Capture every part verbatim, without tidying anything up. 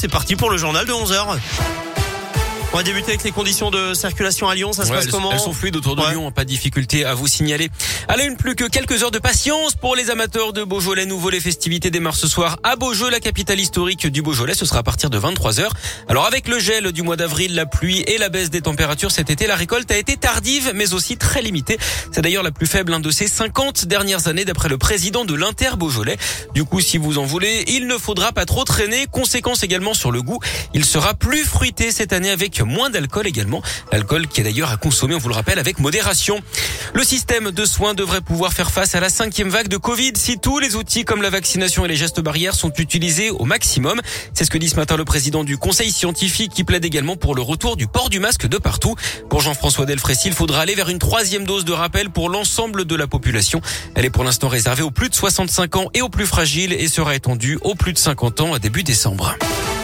c'est parti pour le journal de onze heures. On va débuter avec les conditions de circulation à Lyon. Ça se ouais, passe elles, comment? Elles sont fluides autour de ouais. Lyon, pas de difficulté à vous signaler. À la une, plus que quelques heures de patience pour les amateurs de Beaujolais. Nouveau, les festivités démarrent ce soir à Beaujeu, la capitale historique du Beaujolais. Ce sera à partir de vingt-trois heures. Alors avec le gel du mois d'avril, la pluie et la baisse des températures cet été, la récolte a été tardive mais aussi très limitée. C'est d'ailleurs la plus faible de ces cinquante dernières années d'après le président de l'Inter Beaujolais. Du coup, si vous en voulez, il ne faudra pas trop traîner. Conséquence également sur le goût. Il sera plus fruité cette année avec moins d'alcool également. L'alcool qui est d'ailleurs à consommer, on vous le rappelle, avec modération. Le système de soins devrait pouvoir faire face à la cinquième vague de Covid si tous les outils comme la vaccination et les gestes barrières sont utilisés au maximum. C'est ce que dit ce matin le président du conseil scientifique qui plaide également pour le retour du port du masque de partout. Pour Jean-François Delfrécy, il faudra aller vers une troisième dose de rappel pour l'ensemble de la population. Elle est pour l'instant réservée aux plus de soixante-cinq ans et aux plus fragiles et sera étendue aux plus de cinquante ans à début décembre.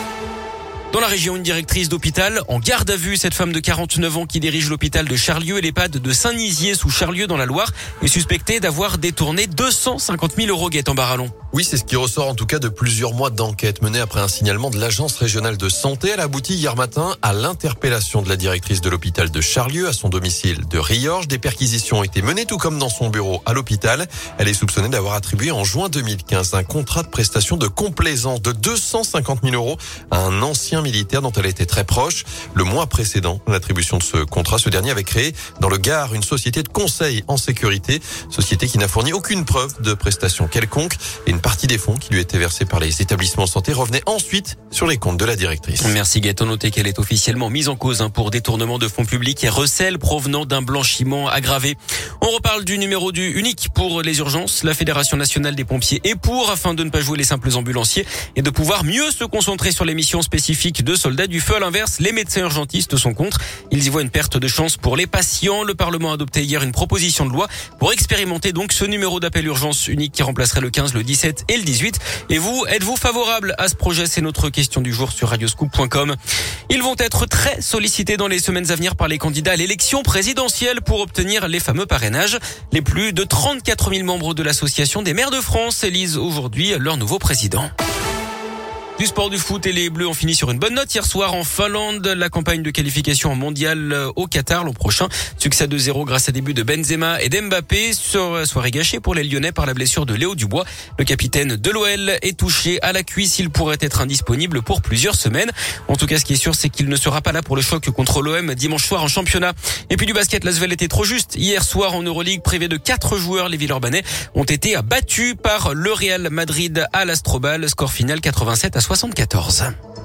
Dans la région, une directrice d'hôpital en garde à vue. Cette femme de quarante-neuf ans qui dirige l'hôpital de Charlieu et l'EHPAD de Saint-Nizier sous Charlieu dans la Loire est suspectée d'avoir détourné deux cent cinquante mille euros. Gaëtan Barallon. Oui, c'est ce qui ressort en tout cas de plusieurs mois d'enquête menée après un signalement de l'Agence régionale de santé. Elle a abouti hier matin à l'interpellation de la directrice de l'hôpital de Charlieu à son domicile de Riorges. Des perquisitions ont été menées tout comme dans son bureau à l'hôpital. Elle est soupçonnée d'avoir attribué en juin deux mille quinze un contrat de prestation de complaisance de deux cent cinquante mille euros à un ancien militaire dont elle était très proche. Le mois précédent, l'attribution de ce contrat, ce dernier avait créé dans le Gard une société de conseil en sécurité, société qui n'a fourni aucune preuve de prestation quelconque et une partie des fonds qui lui étaient versés par les établissements de santé revenait ensuite sur les comptes de la directrice. Merci Gaëtan. Notez qu'elle est officiellement mise en cause pour détournement de fonds publics et recel provenant d'un blanchiment aggravé. On reparle du numéro du unique pour les urgences. La Fédération nationale des pompiers est pour afin de ne pas jouer les simples ambulanciers et de pouvoir mieux se concentrer sur les missions spécifiques de soldats du feu. À l'inverse, les médecins urgentistes sont contre. Ils y voient une perte de chance pour les patients. Le Parlement a adopté hier une proposition de loi pour expérimenter donc ce numéro d'appel urgence unique qui remplacerait le quinze, le dix-sept et le dix-huit. Et vous, êtes-vous favorable à ce projet? C'est notre question du jour sur radioscoop point com. Ils vont être très sollicités dans les semaines à venir par les candidats à l'élection présidentielle pour obtenir les fameux parrainages. Les plus de trente-quatre mille membres de l'Association des maires de France élisent aujourd'hui leur nouveau président. Du sport, du foot, et les Bleus ont fini sur une bonne note hier soir en Finlande. La campagne de qualification en mondial au Qatar l'an prochain. Succès deux zéro grâce à des buts de Benzema et d'Mbappé. Soirée gâchée pour les Lyonnais par la blessure de Léo Dubois. Le capitaine de l'O L est touché à la cuisse. Il pourrait être indisponible pour plusieurs semaines. En tout cas, ce qui est sûr, c'est qu'il ne sera pas là pour le choc contre l'O M dimanche soir en championnat. Et puis du basket, l'Asvel était trop juste. Hier soir en Euroleague, privé de quatre joueurs, les Villeurbanais ont été battus par le Real Madrid à l'Astrobal. Score final quatre-vingt-sept à soixante-quatorze.